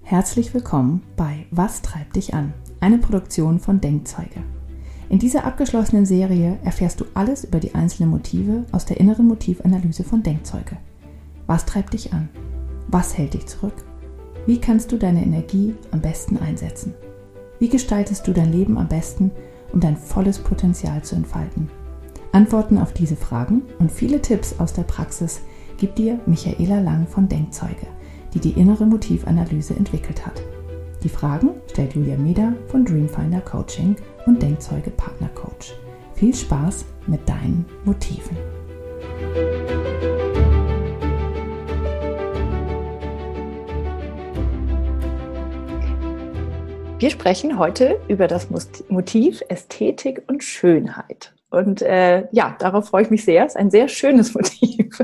Herzlich willkommen bei Was treibt dich an? Eine Produktion von Denkzeuge. In dieser abgeschlossenen Serie erfährst du alles über die einzelnen Motive aus der inneren Motivanalyse von Denkzeuge. Was treibt dich an? Was hält dich zurück? Wie kannst du deine Energie am besten einsetzen? Wie gestaltest du dein Leben am besten, um dein volles Potenzial zu entfalten? Antworten auf diese Fragen und viele Tipps aus der Praxis gibt dir Michaela Lang von Denkzeuge, die die innere Motivanalyse entwickelt hat. Die Fragen stellt Julia Meder von Dreamfinder Coaching und Denkzeuge Partner Coach. Viel Spaß mit deinen Motiven. Wir sprechen heute über das Motiv Ästhetik und Schönheit. Und darauf freue ich mich sehr. Es ist ein sehr schönes Motiv.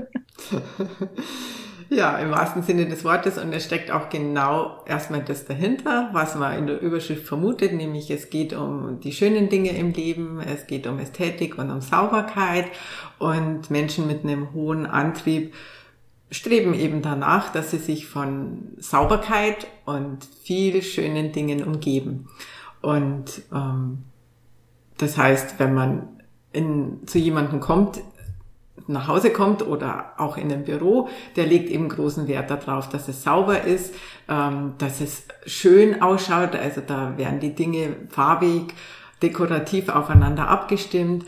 Ja, im wahrsten Sinne des Wortes, und es steckt auch genau erstmal das dahinter, was man in der Überschrift vermutet, nämlich es geht um die schönen Dinge im Leben, es geht um Ästhetik und um Sauberkeit, und Menschen mit einem hohen Antrieb streben eben danach, dass sie sich von Sauberkeit und viel schönen Dingen umgeben. Und das heißt, wenn man zu jemandem nach Hause kommt oder auch in einem Büro, der legt eben großen Wert darauf, dass es sauber ist, dass es schön ausschaut, also da werden die Dinge farbig, dekorativ aufeinander abgestimmt,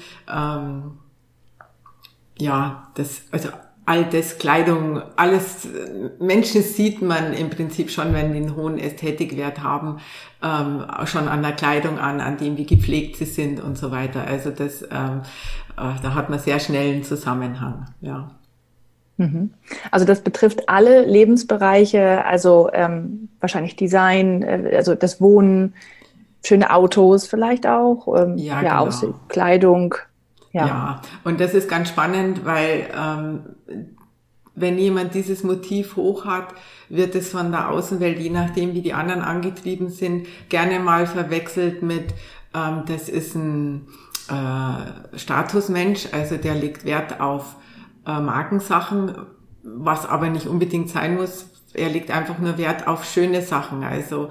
all das, Kleidung, alles, Menschen sieht man im Prinzip schon, wenn die einen hohen Ästhetikwert haben, schon an der Kleidung an dem, wie gepflegt sie sind und so weiter. Also das, da hat man sehr schnell einen Zusammenhang, ja. Also das betrifft alle Lebensbereiche, also wahrscheinlich Design, also das Wohnen, schöne Autos vielleicht auch, genau. Aussehen, Kleidung. Ja, und das ist ganz spannend, weil wenn jemand dieses Motiv hoch hat, wird es von der Außenwelt, je nachdem wie die anderen angetrieben sind, gerne mal verwechselt mit, das ist ein Statusmensch, also der legt Wert auf Markensachen, was aber nicht unbedingt sein muss. Er legt einfach nur Wert auf schöne Sachen. Also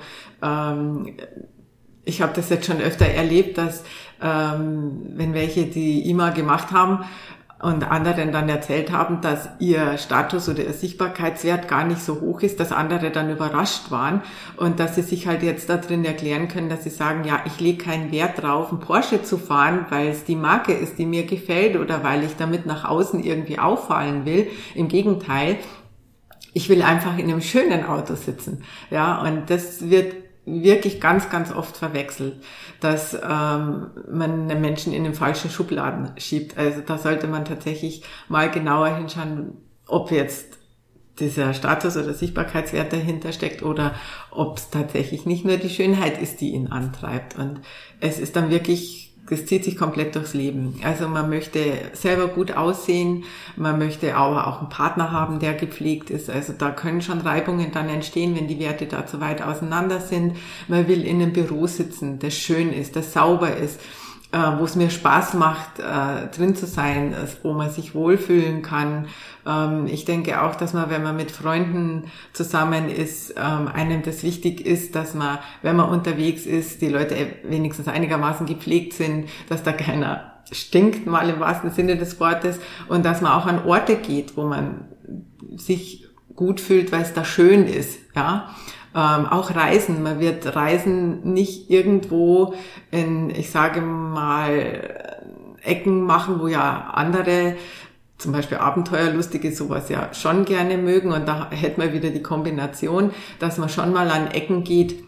ich habe das jetzt schon öfter erlebt, dass wenn welche die IMA gemacht haben und anderen dann erzählt haben, dass ihr Status oder ihr Sichtbarkeitswert gar nicht so hoch ist, dass andere dann überrascht waren und dass sie sich halt jetzt da drin erklären können, dass sie sagen, ja, ich lege keinen Wert drauf, einen Porsche zu fahren, weil es die Marke ist, die mir gefällt oder weil ich damit nach außen irgendwie auffallen will. Im Gegenteil, ich will einfach in einem schönen Auto sitzen. Ja, und das wird wirklich ganz, ganz oft verwechselt, dass man einen Menschen in den falschen Schubladen schiebt. Also da sollte man tatsächlich mal genauer hinschauen, ob jetzt dieser Status oder Sichtbarkeitswert dahinter steckt oder ob es tatsächlich nicht nur die Schönheit ist, die ihn antreibt. Und es ist dann wirklich, das zieht sich komplett durchs Leben. Also man möchte selber gut aussehen, man möchte aber auch einen Partner haben, der gepflegt ist. Also da können schon Reibungen dann entstehen, wenn die Werte da zu weit auseinander sind. Man will in einem Büro sitzen, das schön ist, das sauber ist, wo es mir Spaß macht, drin zu sein, wo man sich wohlfühlen kann. Ich denke auch, dass man, wenn man mit Freunden zusammen ist, einem das wichtig ist, dass man, wenn man unterwegs ist, die Leute wenigstens einigermaßen gepflegt sind, dass da keiner stinkt, mal im wahrsten Sinne des Wortes, und dass man auch an Orte geht, wo man sich gut fühlt, weil es da schön ist, ja. Auch Reisen. Man wird Reisen nicht irgendwo in, ich sage mal, Ecken machen, wo ja andere, zum Beispiel Abenteuerlustige, sowas ja schon gerne mögen. Und da hätte man wieder die Kombination, dass man schon mal an Ecken geht,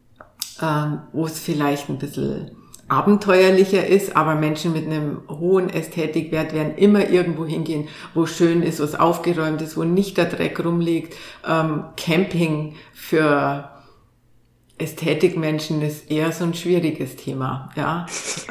wo es vielleicht ein bisschen abenteuerlicher ist, aber Menschen mit einem hohen Ästhetikwert werden immer irgendwo hingehen, wo schön ist, wo es aufgeräumt ist, wo nicht der Dreck rumliegt. Camping für Ästhetikmenschen ist eher so ein schwieriges Thema, ja.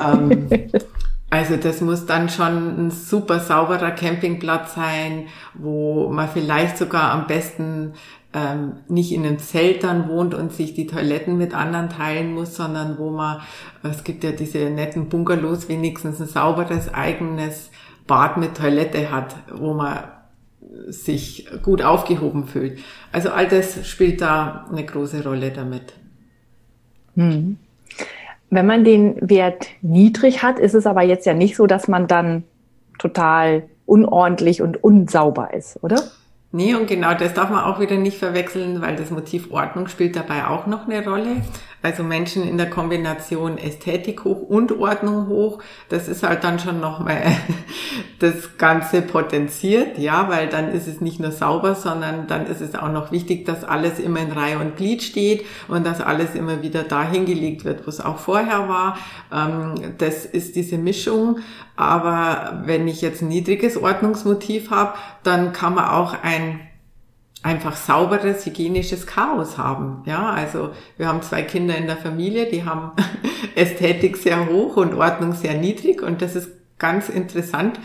Also das muss dann schon ein super sauberer Campingplatz sein, wo man vielleicht sogar am besten nicht in einem Zelt dann wohnt und sich die Toiletten mit anderen teilen muss, sondern wo man, es gibt ja diese netten Bungalows, wenigstens ein sauberes eigenes Bad mit Toilette hat, wo man sich gut aufgehoben fühlt. Also all das spielt da eine große Rolle damit. Wenn man den Wert niedrig hat, ist es aber jetzt ja nicht so, dass man dann total unordentlich und unsauber ist, oder? Nee, und genau das darf man auch wieder nicht verwechseln, weil das Motiv Ordnung spielt dabei auch noch eine Rolle. Also Menschen in der Kombination Ästhetik hoch und Ordnung hoch, das ist halt dann schon nochmal das Ganze potenziert, ja, weil dann ist es nicht nur sauber, sondern dann ist es auch noch wichtig, dass alles immer in Reihe und Glied steht und dass alles immer wieder dahin gelegt wird, wo es auch vorher war. Das ist diese Mischung. Aber wenn ich jetzt ein niedriges Ordnungsmotiv habe, dann kann man auch ein einfach sauberes, hygienisches Chaos haben. Ja, also wir haben 2 Kinder in der Familie, die haben Ästhetik sehr hoch und Ordnung sehr niedrig. Und das ist ganz interessant,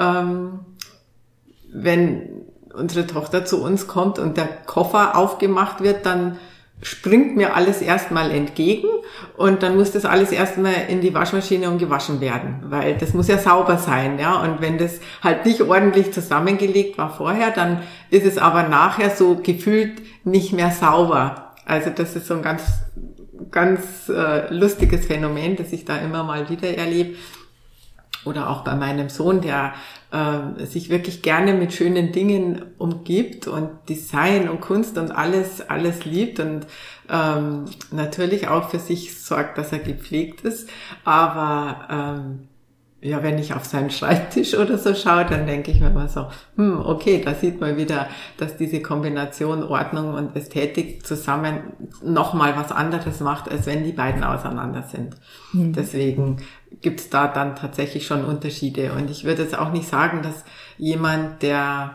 wenn unsere Tochter zu uns kommt und der Koffer aufgemacht wird, dann springt mir alles erstmal entgegen und dann muss das alles erstmal in die Waschmaschine und gewaschen werden, weil das muss ja sauber sein, ja, und wenn das halt nicht ordentlich zusammengelegt war vorher, dann ist es aber nachher so gefühlt nicht mehr sauber. Also das ist so ein ganz lustiges Phänomen, das ich da immer mal wieder erlebe. Oder auch bei meinem Sohn, der sich wirklich gerne mit schönen Dingen umgibt und Design und Kunst und alles liebt und natürlich auch für sich sorgt, dass er gepflegt ist. Aber ja, wenn ich auf seinen Schreibtisch oder so schaue, dann denke ich mir immer so, okay, da sieht man wieder, dass diese Kombination Ordnung und Ästhetik zusammen nochmal was anderes macht, als wenn die beiden auseinander sind. Deswegen gibt's da dann tatsächlich schon Unterschiede. Und ich würde jetzt auch nicht sagen, dass jemand, der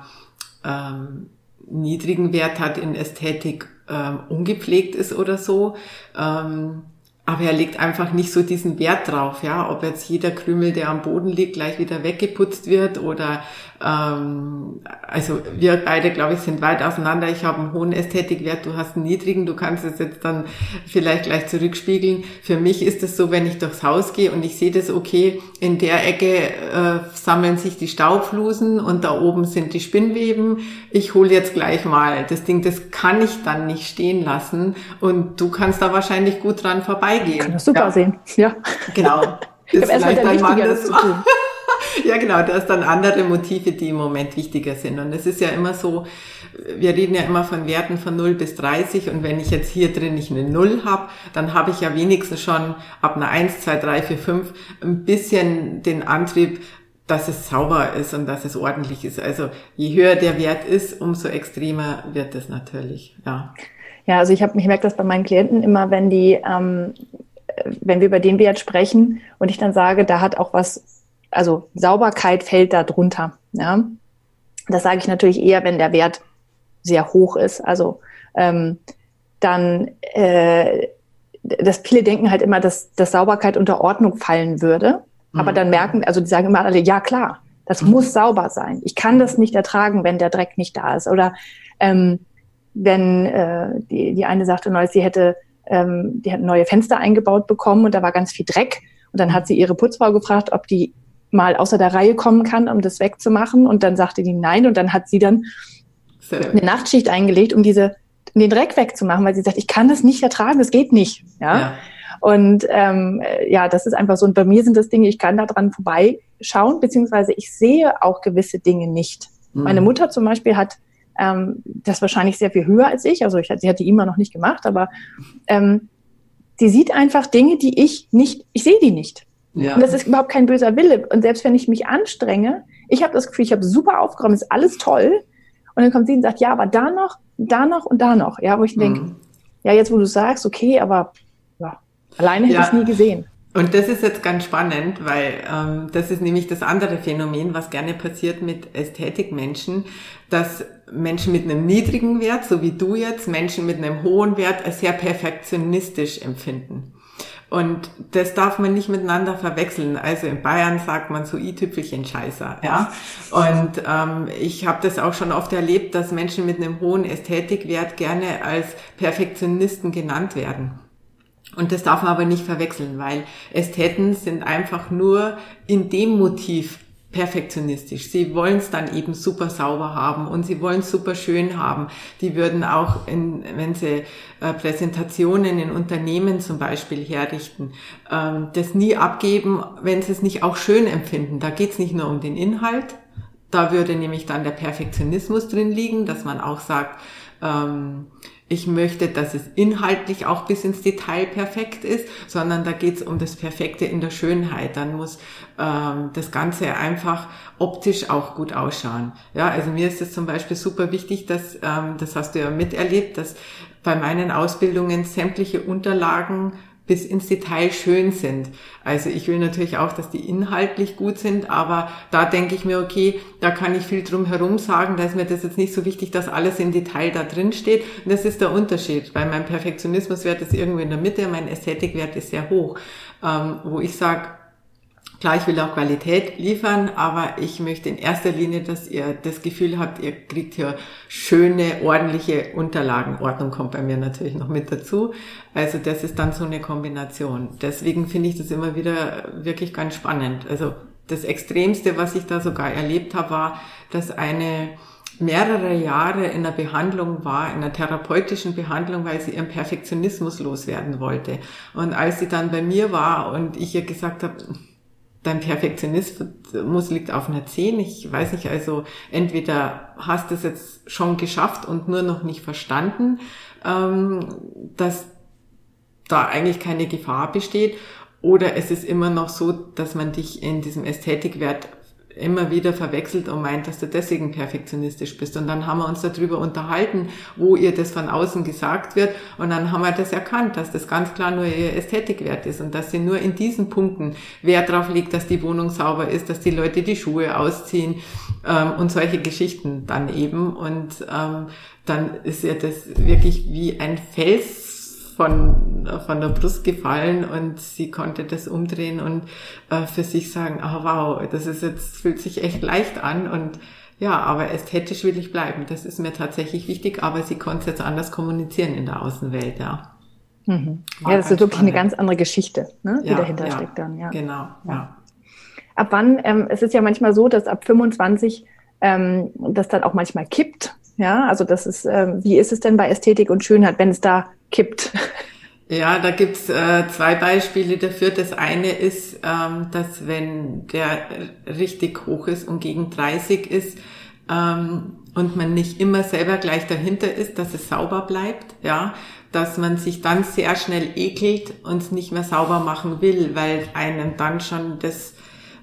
niedrigen Wert hat in Ästhetik, ungepflegt ist oder so. Aber er legt einfach nicht so diesen Wert drauf, ja, ob jetzt jeder Krümel, der am Boden liegt, gleich wieder weggeputzt wird oder also wir beide, glaube ich, sind weit auseinander. Ich habe einen hohen Ästhetikwert, du hast einen niedrigen, du kannst es jetzt dann vielleicht gleich zurückspiegeln. Für mich ist es so, wenn ich durchs Haus gehe und ich sehe das, okay, in der Ecke sammeln sich die Staubflusen und da oben sind die Spinnweben. Ich hole jetzt gleich mal das Ding, das kann ich dann nicht stehen lassen und du kannst da wahrscheinlich gut dran vorbeigehen. Ich kann das super sehen, ja. Genau. Ich habe erstmal der Wichtigeres zu tun. Ja, genau, da ist dann andere Motive, die im Moment wichtiger sind. Und es ist ja immer so, wir reden ja immer von Werten von 0 bis 30 und wenn ich jetzt hier drin nicht eine 0 habe, dann habe ich ja wenigstens schon ab einer 1, 2, 3, 4, 5 ein bisschen den Antrieb, dass es sauber ist und dass es ordentlich ist. Also je höher der Wert ist, umso extremer wird es natürlich, ja. Ja, also ich merke das bei meinen Klienten immer, wenn wir über den Wert sprechen und ich dann sage, da hat auch was, also Sauberkeit fällt da drunter. Ja? Das sage ich natürlich eher, wenn der Wert sehr hoch ist. Also dass viele denken halt immer, dass Sauberkeit unter Ordnung fallen würde. Aber dann merken, also die sagen immer alle, ja klar, das muss sauber sein. Ich kann das nicht ertragen, wenn der Dreck nicht da ist. Oder wenn die eine sagte neulich, die hat neue Fenster eingebaut bekommen und da war ganz viel Dreck. Und dann hat sie ihre Putzfrau gefragt, ob die mal außer der Reihe kommen kann, um das wegzumachen. Und dann sagte die nein. Und dann hat sie dann eine Nachtschicht eingelegt, um den Dreck wegzumachen, weil sie sagt, ich kann das nicht ertragen, das geht nicht. Ja. Und das ist einfach so. Und bei mir sind das Dinge, ich kann da dran vorbeischauen, beziehungsweise ich sehe auch gewisse Dinge nicht. Meine Mutter zum Beispiel hat das wahrscheinlich sehr viel höher als ich. Also sie hat die immer noch nicht gemacht, aber sie sieht einfach Dinge, die ich sehe die nicht. Ja. Und das ist überhaupt kein böser Wille. Und selbst wenn ich mich anstrenge, ich habe das Gefühl, ich habe super aufgeräumt, ist alles toll. Und dann kommt sie und sagt, ja, aber da noch und da noch. Ja, wo ich denke, ja, jetzt wo du sagst, okay, aber ja, alleine hätte ich es nie gesehen. Und das ist jetzt ganz spannend, weil das ist nämlich das andere Phänomen, was gerne passiert mit Ästhetikmenschen, dass Menschen mit einem niedrigen Wert, so wie du jetzt, Menschen mit einem hohen Wert als sehr perfektionistisch empfinden. Und das darf man nicht miteinander verwechseln. Also in Bayern sagt man so i-Tüpfelchen Scheißer, ja. Und ich habe das auch schon oft erlebt, dass Menschen mit einem hohen Ästhetikwert gerne als Perfektionisten genannt werden. Und das darf man aber nicht verwechseln, weil Ästheten sind einfach nur in dem Motiv perfektionistisch. Sie wollen es dann eben super sauber haben und sie wollen es super schön haben. Die würden auch, wenn sie Präsentationen in Unternehmen zum Beispiel herrichten, das nie abgeben, wenn sie es nicht auch schön empfinden. Da geht es nicht nur um den Inhalt. Da würde nämlich dann der Perfektionismus drin liegen, dass man auch sagt, ich möchte, dass es inhaltlich auch bis ins Detail perfekt ist, sondern da geht es um das Perfekte in der Schönheit. Dann muss das Ganze einfach optisch auch gut ausschauen. Ja, also mir ist es zum Beispiel super wichtig, dass, das hast du ja miterlebt, dass bei meinen Ausbildungen sämtliche Unterlagen bis ins Detail schön sind. Also ich will natürlich auch, dass die inhaltlich gut sind, aber da denke ich mir, okay, da kann ich viel drum herum sagen, da ist mir das jetzt nicht so wichtig, dass alles im Detail da drin steht. Und das ist der Unterschied, weil mein Perfektionismuswert ist irgendwo in der Mitte, mein Ästhetikwert ist sehr hoch, wo ich sage, klar, ich will auch Qualität liefern, aber ich möchte in erster Linie, dass ihr das Gefühl habt, ihr kriegt hier schöne, ordentliche Unterlagen. Ordnung kommt bei mir natürlich noch mit dazu. Also das ist dann so eine Kombination. Deswegen finde ich das immer wieder wirklich ganz spannend. Also das Extremste, was ich da sogar erlebt habe, war, dass eine mehrere Jahre in einer Behandlung war, in einer therapeutischen Behandlung, weil sie ihren Perfektionismus loswerden wollte. Und als sie dann bei mir war und ich ihr gesagt habe, dein Perfektionismus liegt auf einer 10. Ich weiß nicht, also entweder hast du es jetzt schon geschafft und nur noch nicht verstanden, dass da eigentlich keine Gefahr besteht, oder es ist immer noch so, dass man dich in diesem Ästhetikwert immer wieder verwechselt und meint, dass du deswegen perfektionistisch bist. Und dann haben wir uns darüber unterhalten, wo ihr das von außen gesagt wird. Und dann haben wir das erkannt, dass das ganz klar nur ihr Ästhetikwert ist und dass sie nur in diesen Punkten Wert drauf legt, dass die Wohnung sauber ist, dass die Leute die Schuhe ausziehen und solche Geschichten dann eben. Und dann ist ihr das wirklich wie ein Fels von der Brust gefallen und sie konnte das umdrehen und für sich sagen, wow, das ist jetzt, fühlt sich echt leicht an und ja, aber ästhetisch will ich bleiben. Das ist mir tatsächlich wichtig, aber sie konnte es jetzt anders kommunizieren in der Außenwelt, ja. Mhm. Ja, das ist wirklich spannend. Eine ganz andere Geschichte, ne, die dahinter steckt dann, ja. Genau, ja. Ab wann, es ist ja manchmal so, dass ab 25 das dann auch manchmal kippt. Ja, also das ist, wie ist es denn bei Ästhetik und Schönheit, wenn es da kippt? Ja, da gibt's 2 Beispiele dafür. Das eine ist, dass wenn der richtig hoch ist und gegen 30 ist und man nicht immer selber gleich dahinter ist, dass es sauber bleibt, ja, dass man sich dann sehr schnell ekelt und es nicht mehr sauber machen will, weil einem dann schon das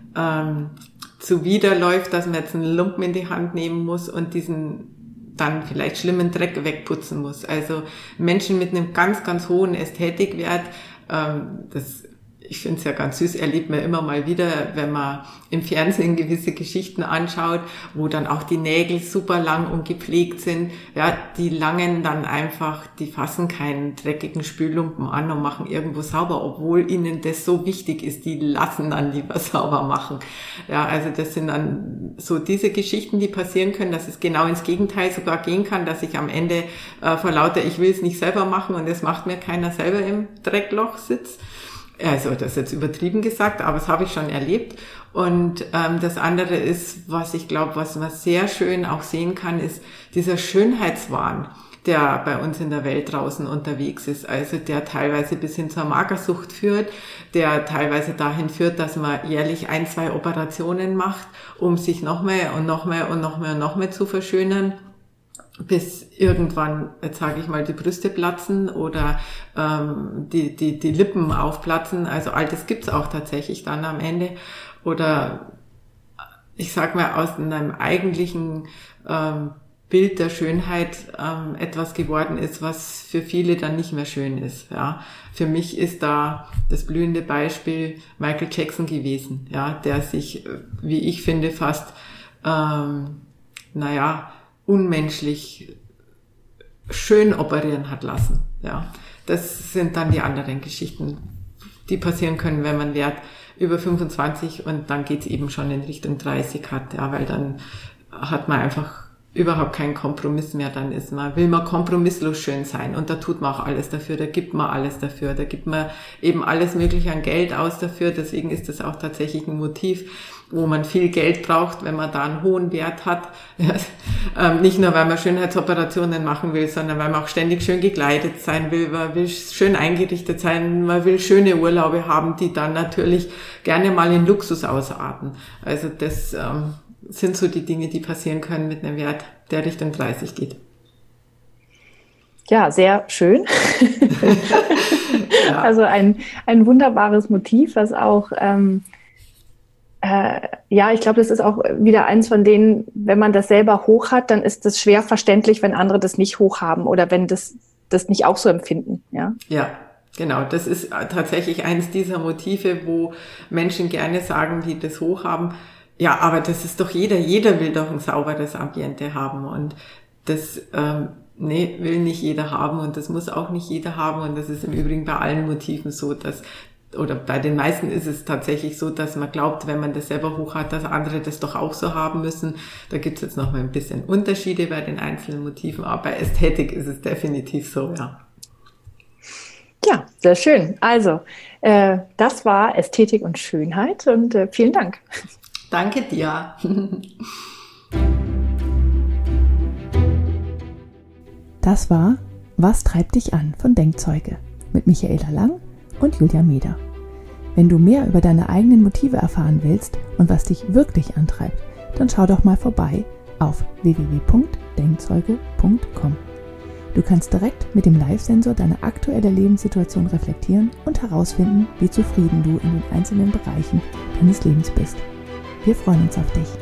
zuwiderläuft, dass man jetzt einen Lumpen in die Hand nehmen muss und diesen dann vielleicht schlimmen Dreck wegputzen muss. Also Menschen mit einem ganz, ganz hohen Ästhetikwert, ich finde es ja ganz süß, erlebt man immer mal wieder, wenn man im Fernsehen gewisse Geschichten anschaut, wo dann auch die Nägel super lang und gepflegt sind. Ja, die langen dann einfach, die fassen keinen dreckigen Spüllumpen an und machen irgendwo sauber, obwohl ihnen das so wichtig ist. Die lassen dann lieber sauber machen. Ja, also das sind dann so diese Geschichten, die passieren können, dass es genau ins Gegenteil sogar gehen kann, dass ich am Ende vor lauter, ich will es nicht selber machen und es macht mir keiner selber im Dreckloch sitzt. Also das ist jetzt übertrieben gesagt, aber das habe ich schon erlebt. Und das andere ist, was ich glaube, was man sehr schön auch sehen kann, ist dieser Schönheitswahn, der bei uns in der Welt draußen unterwegs ist. Also der teilweise bis hin zur Magersucht führt, der teilweise dahin führt, dass man jährlich 1, 2 Operationen macht, um sich noch mehr zu verschönern, bis irgendwann, jetzt sage ich mal, die Brüste platzen oder die Lippen aufplatzen. Also all das gibt's auch tatsächlich dann am Ende. Oder ich sag mal, aus einem eigentlichen Bild der Schönheit etwas geworden ist, was für viele dann nicht mehr schön ist. Ja, für mich ist da das blühende Beispiel Michael Jackson gewesen, ja, der sich, wie ich finde, fast unmenschlich schön operieren hat lassen. Ja, das sind dann die anderen Geschichten, die passieren können, wenn man Wert über 25 und dann geht's eben schon in Richtung 30 hat, ja, weil dann hat man einfach überhaupt kein Kompromiss mehr dann ist. Will man kompromisslos schön sein und da tut man auch alles dafür, da gibt man alles dafür, da gibt man eben alles Mögliche an Geld aus dafür, deswegen ist das auch tatsächlich ein Motiv, wo man viel Geld braucht, wenn man da einen hohen Wert hat. Nicht nur, weil man Schönheitsoperationen machen will, sondern weil man auch ständig schön gekleidet sein will, man will schön eingerichtet sein, man will schöne Urlaube haben, die dann natürlich gerne mal in Luxus ausarten. Also das sind so die Dinge, die passieren können mit einem Wert, der Richtung 30 geht. Ja, sehr schön. Ja. Also ein wunderbares Motiv, was auch, ich glaube, das ist auch wieder eins von denen, wenn man das selber hoch hat, dann ist das schwer verständlich, wenn andere das nicht hoch haben oder wenn das nicht auch so empfinden. Ja. Ja. Genau, das ist tatsächlich eines dieser Motive, wo Menschen gerne sagen, die das hoch haben, ja, aber das ist doch jeder will doch ein sauberes Ambiente haben und das will nicht jeder haben und das muss auch nicht jeder haben und das ist im Übrigen bei allen Motiven so, oder bei den meisten ist es tatsächlich so, dass man glaubt, wenn man das selber hoch hat, dass andere das doch auch so haben müssen. Da gibt es jetzt noch mal ein bisschen Unterschiede bei den einzelnen Motiven, aber bei Ästhetik ist es definitiv so, ja. Ja, sehr schön. Also, das war Ästhetik und Schönheit und vielen Dank. Danke dir. Das war Was treibt dich an von Denkzeuge mit Michaela Lang und Julia Meder. Wenn du mehr über deine eigenen Motive erfahren willst und was dich wirklich antreibt, dann schau doch mal vorbei auf www.denkzeuge.com. Du kannst direkt mit dem Live-Sensor deine aktuelle Lebenssituation reflektieren und herausfinden, wie zufrieden du in den einzelnen Bereichen deines Lebens bist. Wir freuen uns auf dich.